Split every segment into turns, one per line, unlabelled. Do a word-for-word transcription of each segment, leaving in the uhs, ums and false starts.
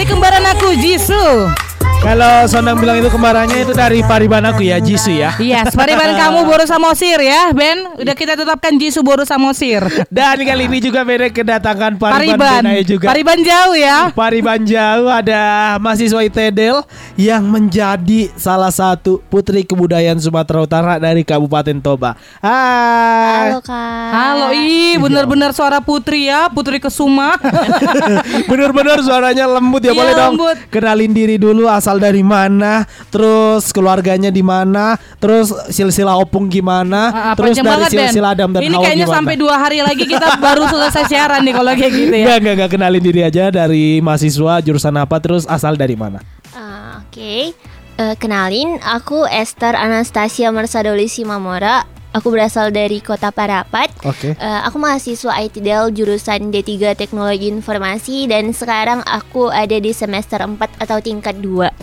Dari kembaran aku Jisoo.
Kalau Sondang bilang itu kembarannya itu dari Pariban aku ya, Jisoo ya.
Iya, yes, Pariban kamu Boru Samosir ya, Ben. Udah kita tetapkan Jisoo Boru Samosir.
Dan kali ini juga beda kedatangan Pariban,
Pariban
Benai juga.
Pariban jauh ya.
Pariban jauh ada mahasiswa I T E D E L yang menjadi salah satu putri kebudayaan Sumatera Utara dari Kabupaten Toba. Hai.
Halo Kak.
Halo, ih benar-benar suara putri ya, putri Kesuma.
Bener-bener suaranya lembut ya,
Iya,
boleh dong.
lembut.
Kenalin diri dulu, asal dari mana, terus keluarganya di mana, terus silsilah opung gimana,
Ah,
terus
panjang
dari
banget, Ben.
silsilah Adam dan
Ini
Hawa
kayaknya
gimana.
sampai dua hari lagi kita baru selesai siaran nih kalau kayak gitu ya.
Enggak, enggak, enggak, kenalin diri aja, dari mahasiswa jurusan apa, terus asal dari mana.
Ah, Oke, Eh, kenalin, aku Esther Anastasia Mersadoli Simamora. Aku berasal dari Kota Parapat.
Oke.
Eh, aku mahasiswa I T E D E L jurusan D tiga Teknologi Informasi dan sekarang aku ada di semester empat atau tingkat dua.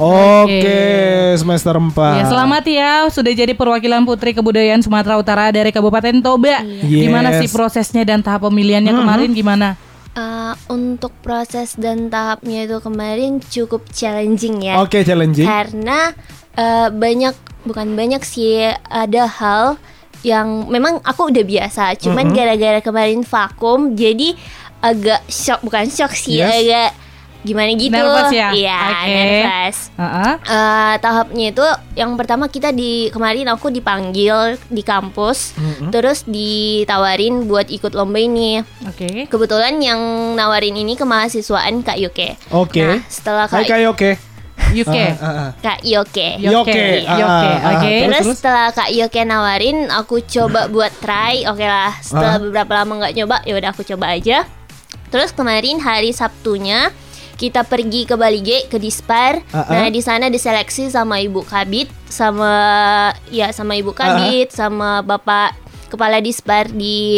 Oke, semester empat.
Ya, selamat ya sudah jadi perwakilan Putri Kebudayaan Sumatera Utara dari Kabupaten Toba.
Yes.
Gimana sih prosesnya dan tahap pemilihannya
Mhm.
kemarin gimana?
Eh, untuk proses dan tahapnya itu kemarin cukup challenging ya.
Oke, challenging.
Karena eh, banyak, bukan banyak sih, ada hal yang memang aku udah biasa, cuman
Mm-mm.
gara-gara kemarin vakum jadi agak shock, bukan shock sih,
Yes.
agak gimana gitu.
Nervous ya?
Iya,
Oke.
nervous.
Heeh.
Eh, tahapnya itu yang pertama kita di kemarin aku dipanggil di kampus,
Mm-mm.
terus ditawarin buat ikut lomba ini.
Oke.
Kebetulan yang nawarin ini kemahasiswaan Kak Yoke.
Oke.
Nah, setelah
Hai
Kak
Kak Yoke.
U K.
Ah, ah, ah.
Kak Yoke.
Yoke. Ah,
Yoke,
ah, ah.
oke.
Terus,
Terus
terus?
setelah Kak Yoke nawarin, aku coba buat try, oke lah. Setelah
Ah.
beberapa lama nggak nyoba, ya udah aku coba aja. Terus kemarin hari Sabtunya kita pergi ke Balige, ke Dispar.
Ah, ah.
Nah di sana diseleksi sama Ibu Kabit, sama ya sama Ibu Kabit, sama Bapak Kepala Dispar di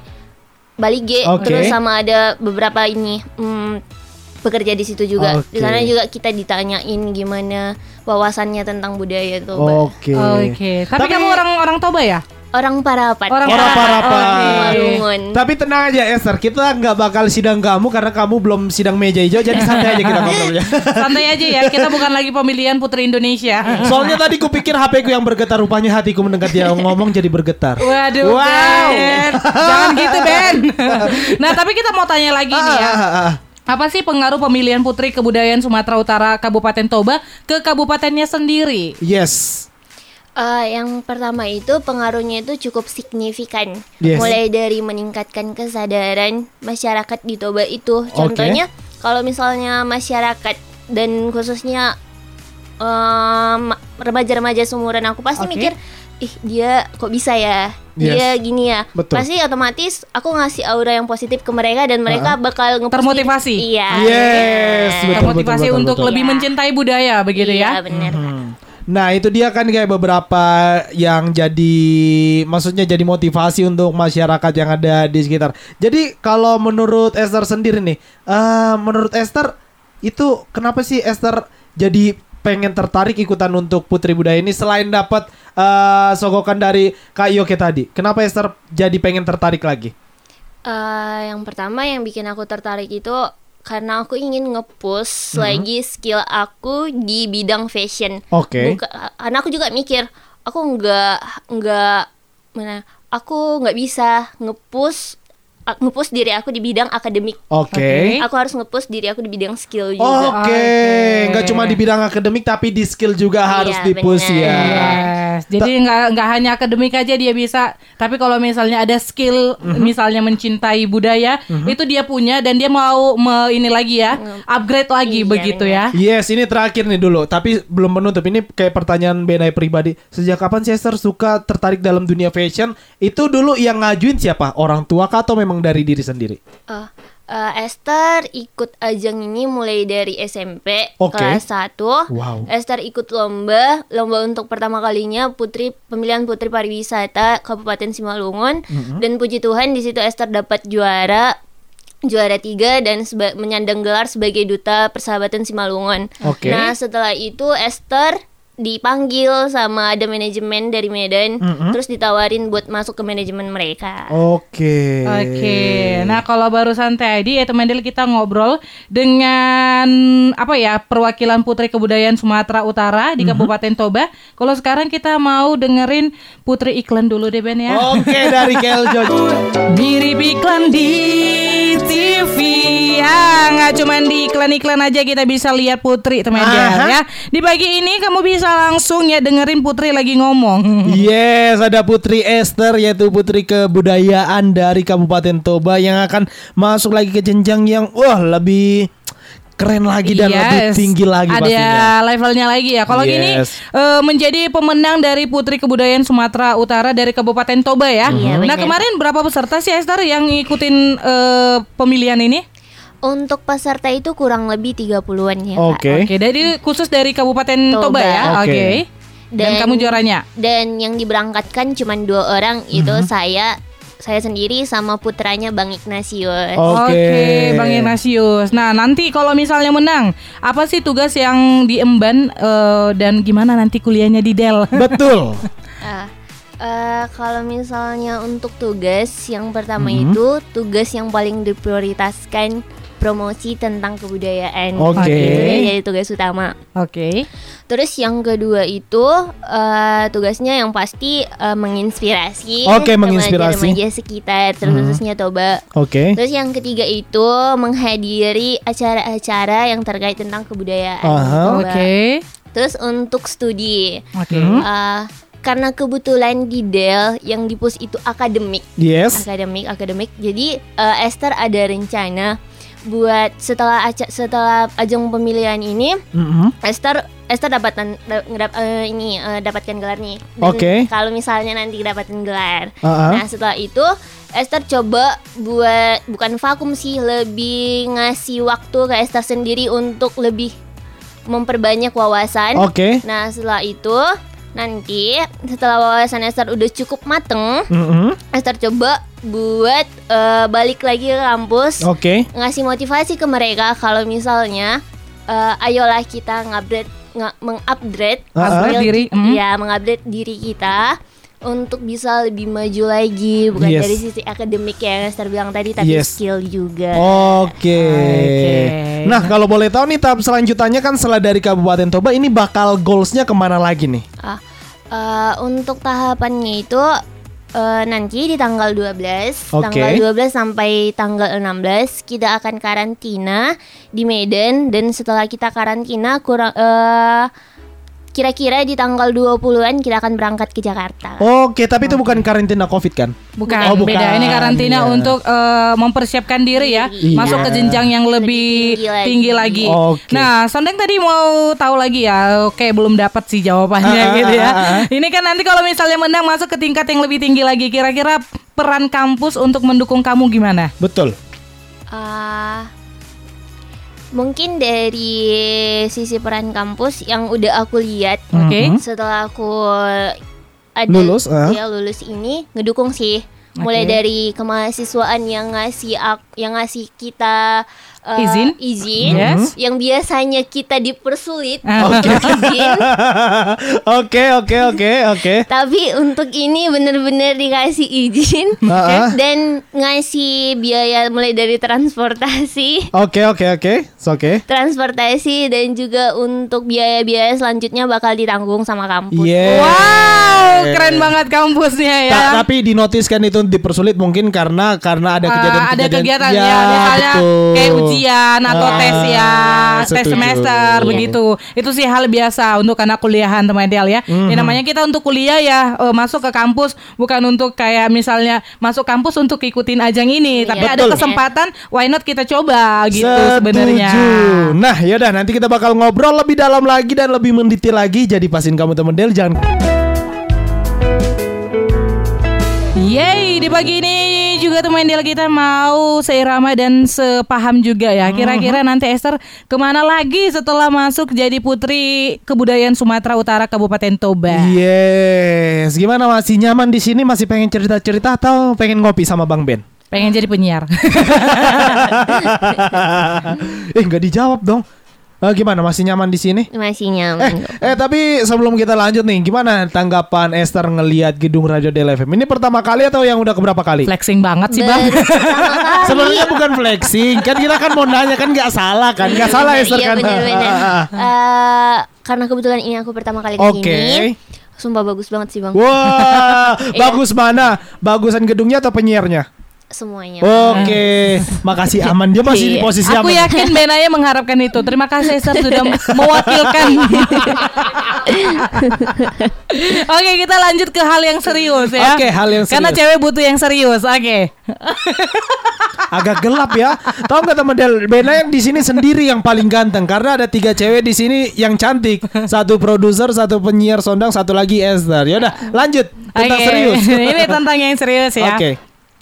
Balige.
Oke.
Terus sama ada beberapa ini. Hmm, bekerja di situ juga.
Oke.
Di sana juga kita ditanyain gimana wawasannya tentang budaya Toba.
Oke.
Oke. Tapi, kamu orang orang Toba ya?
Orang Parapat.
Orang
Orang Parapat.
Malungun.
Tapi tenang aja Esther, kita nggak bakal sidang kamu karena kamu belum sidang meja hijau, jadi santai aja kita ngobrolnya.
Santai aja ya, kita bukan lagi pemilihan Putri Indonesia.
Soalnya tadi kupikir H P ku yang bergetar, rupanya hatiku mendengar dia ngomong jadi bergetar.
Waduh,
Wow.
Ben. Jangan gitu, Ben. Nah, tapi kita mau tanya lagi nih ya.
Ah, ah, ah.
Apa sih pengaruh pemilihan Putri Kebudayaan Sumatera Utara Kabupaten Toba ke kabupatennya sendiri?
Yes.
Eh, yang pertama itu pengaruhnya itu cukup signifikan.
Yes.
Mulai dari meningkatkan kesadaran masyarakat di Toba itu. Contohnya kalau misalnya masyarakat dan khususnya em, remaja-remaja seumuran aku pasti
Oke.
mikir, ih dia kok bisa ya, dia
Yes.
gini ya.
Betul.
Pasti otomatis aku ngasih aura yang positif ke mereka dan mereka bakal nge-push
Termotivasi.
diri- Iya.
Yes,
bener.
betul,
Termotivasi
betul,
untuk
betul.
lebih
Iya.
mencintai budaya begitu
Iya,
ya.
bener.
Hmm. Nah itu dia kan kayak beberapa yang jadi, maksudnya jadi motivasi untuk masyarakat yang ada di sekitar. Jadi kalau menurut Esther sendiri nih, eh menurut Esther itu kenapa sih Esther jadi pengen tertarik ikutan untuk Putri Budaya ini selain dapat eh, sogokan dari Kak Yoke tadi? Kenapa Esther jadi pengen tertarik lagi?
Eh, yang pertama yang bikin aku tertarik itu karena aku ingin nge-push
Mhm.
lagi skill aku di bidang fashion.
Oke.
Buka- karena aku juga mikir, aku nggak nggak mana, aku nggak bisa nge-push a- nge-push diri aku di bidang akademik.
Oke.
Oke.
Aku harus nge-push diri aku di bidang skill
Oke,
juga.
Oke.
nggak cuma di bidang akademik tapi di skill juga harus
Iya,
di-push
bener.
ya.
Yes. Jadi nggak nggak hanya akademik aja dia bisa, tapi kalau misalnya ada skill, misalnya mencintai budaya, itu dia punya dan dia mau me- ini lagi ya, upgrade lagi
Iya,
begitu
bener.
ya.
Yes, ini terakhir nih dulu, tapi belum menutup. Ini kayak pertanyaan Benai pribadi. Sejak kapan sih Esther suka tertarik dalam dunia fashion? Itu dulu yang ngajuin siapa? Orang tua kah atau memang dari diri sendiri?
Eh, eh, Esther ikut ajang ini mulai dari S M P
Oke.
kelas satu.
Wow.
Esther ikut lomba, lomba untuk pertama kalinya putri pemilihan putri pariwisata Kabupaten Simalungun. Dan puji Tuhan di situ Esther dapat juara juara tiga dan seba- menyandang gelar sebagai duta persahabatan Simalungun.
Oke.
Nah setelah itu Esther dipanggil sama ada manajemen dari Medan,
Mm-mm.
terus ditawarin buat masuk ke manajemen mereka.
Oke.
Oke, nah kalau barusan tadi ya teman Del kita ngobrol dengan apa ya perwakilan Putri Kebudayaan Sumatera Utara di Kabupaten Toba. Kalau sekarang kita mau dengerin Putri iklan dulu deh Ben ya.
Oke, dari Keljo.
Mirip iklan di T V ya, nggak cuman di iklan-iklan aja kita bisa lihat Putri teman Del
Aha.
ya. Di pagi ini kamu bisa langsung ya dengerin Putri lagi ngomong.
Yes, ada Putri Esther yaitu Putri Kebudayaan dari Kabupaten Toba yang akan masuk lagi ke jenjang yang wah lebih keren lagi dan lebih
Yes.
tinggi lagi
ada
pastinya.
levelnya lagi ya. Kalau gini
Yes.
eh, menjadi pemenang dari Putri Kebudayaan Sumatera Utara dari Kabupaten Toba ya.
Iya,
Nah
benar.
kemarin berapa peserta sih Esther yang ngikutin eh, pemilihan ini?
Untuk peserta itu kurang lebih tiga puluhan ya, Kak.
Oke.
Oke, dari khusus dari Kabupaten Toba,
Toba.
ya. Oke.
Oke.
Dan,
Dan-
kamu juaranya.
Dan yang diberangkatkan cuma dua orang, itu saya saya sendiri sama putranya Bang Ignatius.
Oh. Oke.
Bang Ignatius. Nah, nanti kalau misalnya menang, apa sih tugas yang diemban eh, dan gimana nanti kuliahnya di Del?
Betul.
Ah, eh, kalau misalnya untuk tugas yang pertama itu tugas yang paling diprioritaskan promosi tentang kebudayaan.
Oke.
Itu ya jadi tugas utama.
Oke.
Terus yang kedua itu eh, tugasnya yang pasti eh, menginspirasi
Oke, menginspirasi.
remaja sekitar, terus khususnya Toba.
Oke.
Terus yang ketiga itu menghadiri acara-acara yang terkait tentang kebudayaan.
Aha.
Toba.
Oke.
Terus untuk studi,
Oke.
eh, karena kebetulan di Del yang di pus itu akademik,
Yes.
akademik, akademik. Jadi eh, Esther ada rencana buat setelah aca- setelah ajang pemilihan ini,
Mm-mm.
Esther Esther dapatkan da- ngedap- eh, ini eh, dapatkan gelar nih. Dan
Oke.
kalau misalnya nanti dapatkan gelar,
Uh-uh.
nah setelah itu Esther coba buat bukan vakum sih, lebih ngasih waktu ke Esther sendiri untuk lebih memperbanyak wawasan.
Oke.
Nah setelah itu nanti setelah wawasan Esther udah cukup mateng,
Mm-mm.
Esther coba buat eh, balik lagi ke kampus,
Oke.
ngasih motivasi ke mereka kalau misalnya eh, ayolah kita ngupgrade nga- mengupgrade
Uh-uh.
skill
Diri,
ki-
mm.
ya mengupgrade diri kita untuk bisa lebih maju lagi, bukan
Yes.
dari sisi akademik yang Esther bilang tadi, tapi
Yes.
skill juga.
Oke.
Oke.
Nah, kalau boleh tahu nih tahap selanjutannya kan setelah dari Kabupaten Toba ini bakal goalsnya kemana lagi nih?
Ah, eh, untuk tahapannya itu eh, nanti di tanggal dua belas,
Oke.
tanggal dua belas sampai tanggal enam belas kita akan karantina di Medan, dan setelah kita karantina kurang eh, kira-kira di tanggal dua puluhan kita akan berangkat ke Jakarta.
Oke, tapi itu bukan karantina Covid kan?
Bukan,
Oh, bukan.
beda. Ini karantina
Iya.
untuk eh, mempersiapkan diri ya,
Iya.
masuk ke jenjang yang lebih,
Lebih tinggi
tinggi lagi.
lagi.
Oke.
Nah, Sondeng tadi mau tahu lagi ya, oke belum dapat sih jawabannya
Ah,
gitu ya.
ah, ah.
Ini kan nanti kalau misalnya menang masuk ke tingkat yang lebih tinggi lagi, kira-kira peran kampus untuk mendukung kamu gimana?
Betul.
Ah, mungkin dari sisi peran kampus yang udah aku lihat,
Oke.
Mhm.
setelah aku ada
Lulus, ah.
ya lulus ini ngedukung sih, mulai
Oke.
dari kemahasiswaan yang ngasih ak- yang ngasih kita eh,
Izin?
izin
Yes.
yang biasanya kita dipersulit
Ah.
untuk izin,
Oke, oke, oke, oke.
tapi untuk ini bener-bener dikasih izin
Ah, ah.
dan ngasih biaya mulai dari transportasi
Oke, oke, oke. It's oke.
transportasi dan juga untuk biaya-biaya selanjutnya bakal ditanggung sama kampus.
Yeah.
Wow, keren banget kampusnya ya.
Ta- tapi dinotiskan itu dipersulit mungkin karena karena ada
Ah,
kejadian-kejadian.
ada kegiatan
Ya,
ya, misalnya
betul.
kayak ujian atau
Ah,
tes ya, tes
setuju.
semester
Iya.
begitu. Itu sih hal biasa untuk anak kuliahan teman Del ya.
Mhm.
Ya, namanya kita untuk kuliah ya eh, masuk ke kampus bukan untuk kayak misalnya masuk kampus untuk ikutin ajang ini,
Iya.
tapi ada
Betul.
kesempatan why not kita coba gitu
Setuju.
sebenarnya.
Nah, yaudah nanti kita bakal ngobrol lebih dalam lagi dan lebih mendetail lagi. Jadi pasin kamu temen Del jangan.
Yeay, di pagi ini juga teman Del kita mau seirama dan sepaham juga ya. Kira-kira nanti Esther kemana lagi setelah masuk jadi Putri Kebudayaan Sumatera Utara Kabupaten Toba?
Yes, gimana masih nyaman di sini? Masih pengen cerita-cerita atau pengen ngopi sama Bang Ben?
Pengen jadi penyiar.
eh nggak dijawab dong. Eh, gimana, masih nyaman di sini?
Masih
Eh,
nyaman.
eh tapi sebelum kita lanjut nih, gimana tanggapan Esther ngelihat gedung Radio Del F M? Ini pertama kali atau yang udah keberapa kali?
Flexing banget sih bang.
Sebenarnya bukan flexing, kan kita kan mau nanya kan nggak salah kan, nggak salah Esther
Iya
kan.
benar-benar.
Ah, ah, ah.
Eh, karena kebetulan ini aku pertama kali
Oke.
kesini. Sumpah bagus banget sih bang.
Wah, bagus mana? Bagusan gedungnya atau penyiarnya?
Semuanya.
Oke, makasih aman. Dia masih di
Iya.
posisi
Aku
aman.
yakin Benaya mengharapkan itu. Terima kasih Esther sudah mewakilkan. Oke, kita lanjut ke hal yang serius ya.
Oke, hal yang serius.
Karena cewek butuh yang serius. Oke.
Agak gelap ya. Tahu nggak teman Del? Bena yang di sini sendiri yang paling ganteng karena ada tiga cewek di sini yang cantik. Satu produser, satu penyiar sondang, satu lagi Esther. Ya udah, lanjut tentang
Oke.
serius.
Ini tentang yang serius ya.
Oke.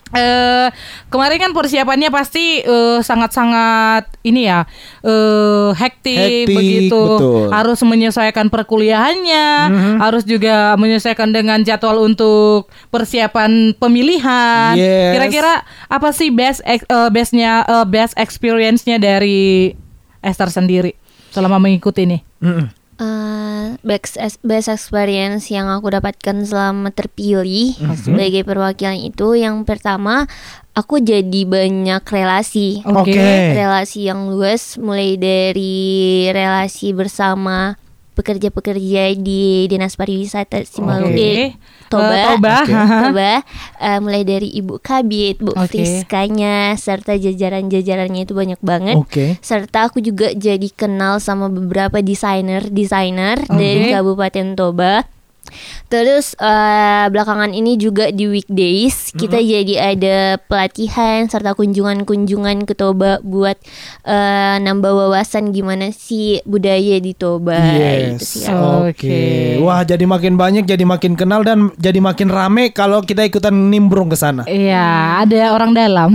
Eh kemarin kan persiapannya pasti eh, sangat-sangat ini ya eh hektik,
Hektik,
begitu.
betul.
Harus menyesuaikan perkuliahannya,
Mhm.
harus juga menyesuaikan dengan jadwal untuk persiapan pemilihan.
Yes.
Kira-kira apa sih best ex- eh, bestnya eh, best experience-nya dari Esther sendiri selama mengikuti ini?
Mm-mm.
Eh, best, ex- best experience yang aku dapatkan selama terpilih sebagai perwakilan itu, yang pertama aku jadi banyak relasi.
Oke.
Oke.
Relasi yang luas, mulai dari relasi bersama pekerja-pekerja di Dinas Pariwisata Simalungun,
Oke.
eh, Toba.
Eh, Toba.
Oke.
Toba, eh, mulai dari Ibu Kabit, Bu
Oke.
Friskanya, serta jajaran-jajarannya itu banyak banget.
Oke.
Serta aku juga jadi kenal sama beberapa desainer-desainer
Oke.
dari Kabupaten Toba. Terus eh, belakangan ini juga di weekdays kita jadi ada pelatihan serta kunjungan-kunjungan ke Toba buat eh, nambah wawasan gimana sih budaya di Toba. Itu sih ya.
Oke.
Oke.
Wah, jadi makin banyak, jadi makin kenal dan jadi makin rame kalau kita ikutan nimbrung ke sana.
Iya, ada orang dalam.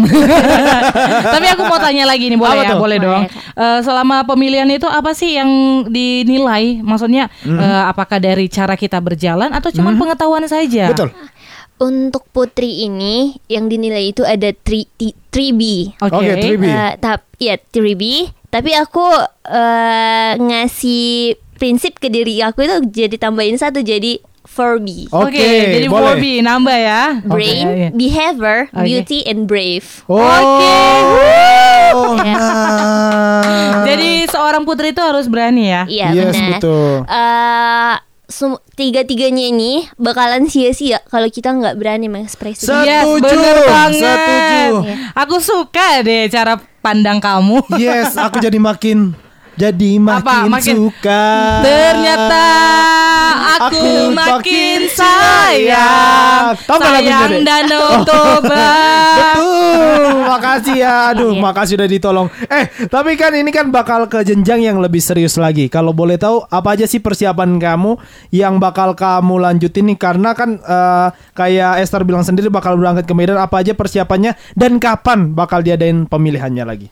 Tapi aku mau tanya lagi nih, boleh
Apa
ya?
tuh?
Boleh dong. Eh, selama pemilihan itu apa sih yang dinilai? Maksudnya eh, apakah dari cara kita berjalan atau cuma pengetahuan saja?
Betul.
Untuk Putri ini yang dinilai itu ada tiga B.
Oke.
Oke, tiga B.
Eh, tap, ya tiga B. Tapi aku eh, ngasih prinsip ke diri aku itu jadi tambahin satu, jadi empat B.
Oke,
Oke,
jadi
boleh.
four B nambah ya.
Brain,
Oke, iya.
behavior,
Oke.
beauty, and brave.
Oh.
Oke.
Oh, nah.
Jadi seorang putri itu harus berani ya.
Iya
Yes,
benar.
betul.
Eh, sem- tiga-tiganya ini bakalan sia-sia kalau kita nggak berani mengekspresikan.
Se-
Yes,
Setuju,
bener banget.
setuju.
Aku suka deh cara pandang kamu.
Yes, aku jadi makin jadi makin,
Apa? Makin-
suka.
Ternyata aku,
Aku
makin
makin
sayang,
sayang. Tahu nggak lagunya,
sayang
Dek?
Danau Toba.
Betul, makasih ya. Aduh,
Iya.
makasih udah ditolong. Eh, tapi kan ini kan bakal ke jenjang yang lebih serius lagi. Kalau boleh tahu, apa aja sih persiapan kamu yang bakal kamu lanjutin nih? Karena kan eh, kayak Esther bilang sendiri bakal berangkat ke Medan. Apa aja persiapannya dan kapan bakal diadain pemilihannya lagi?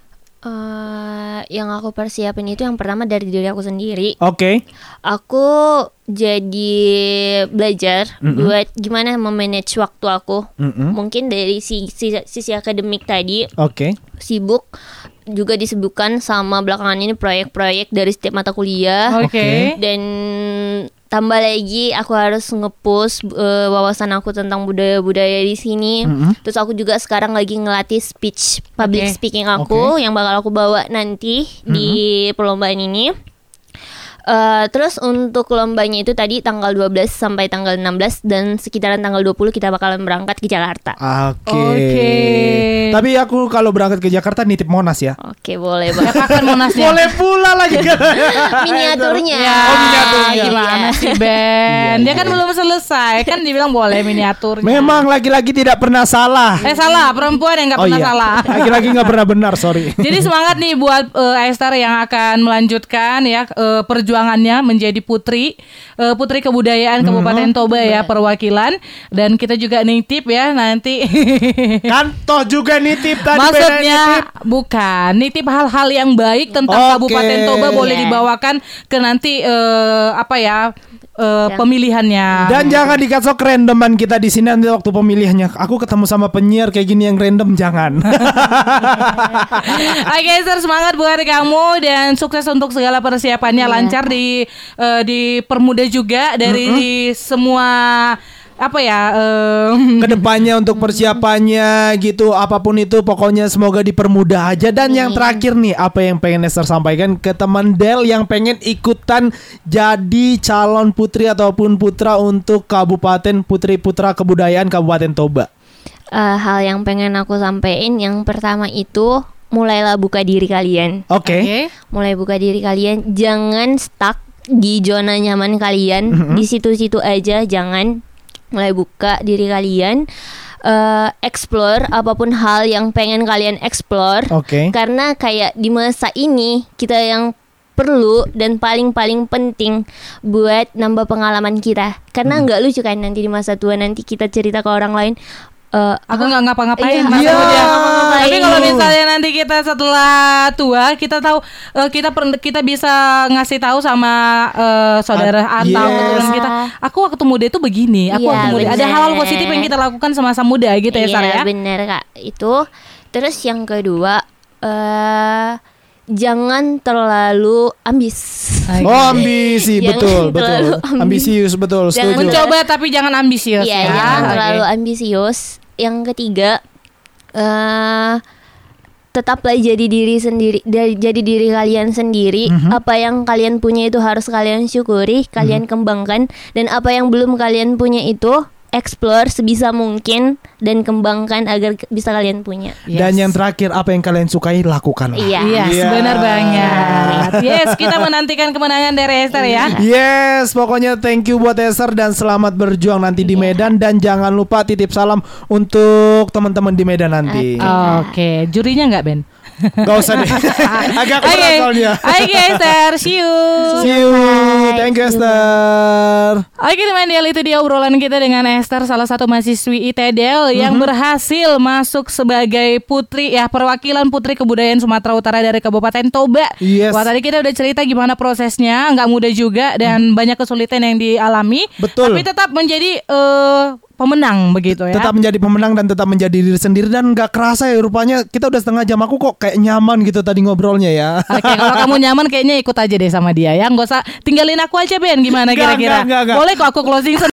Eh, yang aku persiapin itu yang pertama dari diri aku sendiri.
Oke.
Aku jadi belajar
Mm-mm.
buat gimana memanage waktu aku.
Mm-mm.
Mungkin dari sisi, sisi akademik tadi
Oke.
sibuk, juga disibukkan sama belakangan ini proyek-proyek dari setiap mata kuliah.
Oke.
Dan tambah lagi aku harus nge-push eh, wawasan aku tentang budaya-budaya di sini.
Mm-mm.
Terus aku juga sekarang lagi ngelatih speech, public
Oke.
speaking aku yang bakal aku bawa nanti di perlombaan ini. Eh, terus untuk lombanya itu tadi tanggal dua belas sampai tanggal enam belas dan sekitaran tanggal dua puluh kita bakalan berangkat ke Jakarta.
Oke.
Oke.
Tapi aku kalau berangkat ke Jakarta nitip Monas ya.
Oke, boleh
Ya,
banget.
kapan Monasnya?
Boleh pula lagi.
Miniaturnya.
Ya,
Oh, miniaturnya.
gimana sih Ben? Dia kan belum selesai, kan dibilang boleh miniaturnya.
Memang lagi-lagi tidak pernah salah.
Eh salah, perempuan yang nggak
Oh
pernah
iya.
salah.
Lagi-lagi nggak pernah benar, sorry.
Jadi semangat nih buat eh, Esther yang akan melanjutkan ya eh, perjuangan perjuangannya menjadi putri uh, putri kebudayaan Kabupaten Toba ya, perwakilan. Dan kita juga nitip ya nanti.
Kan toh juga nitip tadi.
Maksudnya bukan nitip hal-hal yang baik tentang
Oke.
Kabupaten Toba boleh
Iya.
dibawakan ke nanti uh, apa ya uh,
Ya.
pemilihannya.
Dan jangan dikasih randoman kita di sini nanti waktu pemilihannya. Aku ketemu sama penyiar kayak gini yang random, jangan.
Oke, Esther, semangat buat kamu dan sukses untuk segala persiapannya,
Iya.
lancar di uh, dipermudah juga dari semua apa ya em,
Kedepannya untuk persiapannya gitu, apapun itu pokoknya semoga dipermudah aja. Dan yang terakhir nih, apa yang pengen Esther sampaikan ke teman Del yang pengen ikutan jadi calon putri ataupun putra untuk Kabupaten Putri Putra Kebudayaan Kabupaten Toba?
Eh, hal yang pengen aku sampaikan yang pertama itu mulailah buka diri kalian.
Oke.
oke.
Mulai buka diri kalian, jangan stuck di zona nyaman kalian, di situ-situ aja, jangan. Mulai buka diri kalian, eh, explore apapun hal yang pengen kalian explore.
Oke.
Karena kayak di masa ini kita yang perlu dan paling-paling penting buat nambah pengalaman kita. Karena nggak lucu kan nanti di masa tua nanti kita cerita ke orang lain. eh,
Aku nggak ngapa-ngapain
Iya,
masa
iya.
muda.
ngapa-ngapain.
Tapi kalau misalnya nanti kita setelah tua, kita tahu eh, kita per- kita bisa ngasih tahu sama eh, saudara
Ad-
atau
yes.
keturunan kita. Aku waktu muda itu begini. Aku
Iya,
waktu muda ada
bener.
hal-hal positif yang kita lakukan semasa muda gitu ya, Sarah ya.
Iya bener Kak, itu. Terus yang kedua, eh jangan terlalu ambis.
Oh, ambisi,
Jangan
betul,
terlalu
betul.
ambis.
Ambisius, betul,
Jangan
setuju.
Mencoba tapi jangan ambisius
Iya,
ya.
jangan
Oke.
terlalu ambisius. Yang ketiga, eh tetaplah jadi diri sendiri, dari- jadi diri kalian sendiri. Apa yang kalian punya itu harus kalian syukuri, kalian kembangkan, dan apa yang belum kalian punya itu explore sebisa mungkin dan kembangkan agar ke- bisa kalian punya.
Dan yang terakhir, apa yang kalian sukai lakukan.
Iya.
Yes,
Iya.
benar banget. Yes, kita menantikan kemenangan dari Esther ya.
Yes, pokoknya thank you buat Esther dan selamat berjuang nanti di Medan. Dan jangan lupa titip salam untuk teman-teman di Medan nanti.
Oke, jurinya nggak Ben?
Gak usah deh. Agak
Oke,
berat soalnya.
oke Esther, see you.
See you. Thank you Esther.
Oke teman Del, itu dia obrolan kita dengan Esther, salah satu mahasiswi I T Del yang berhasil masuk sebagai putri ya perwakilan Putri Kebudayaan Sumatera Utara dari Kabupaten Toba.
Yes.
Wah, tadi kita udah cerita gimana prosesnya, nggak mudah juga dan banyak kesulitan yang dialami.
Betul.
Tapi tetap menjadi eh, pemenang begitu ya.
Tetap menjadi pemenang dan tetap menjadi diri sendiri. Dan gak kerasa ya rupanya kita udah setengah jam. Aku kok kayak nyaman gitu tadi ngobrolnya ya.
Oke, kalau kamu nyaman kayaknya ikut aja deh sama dia ya. Nggak usah tinggalin aku aja Ben. Gimana
Nggak,
kira-kira?
nggak, nggak, nggak.
Boleh kok aku closing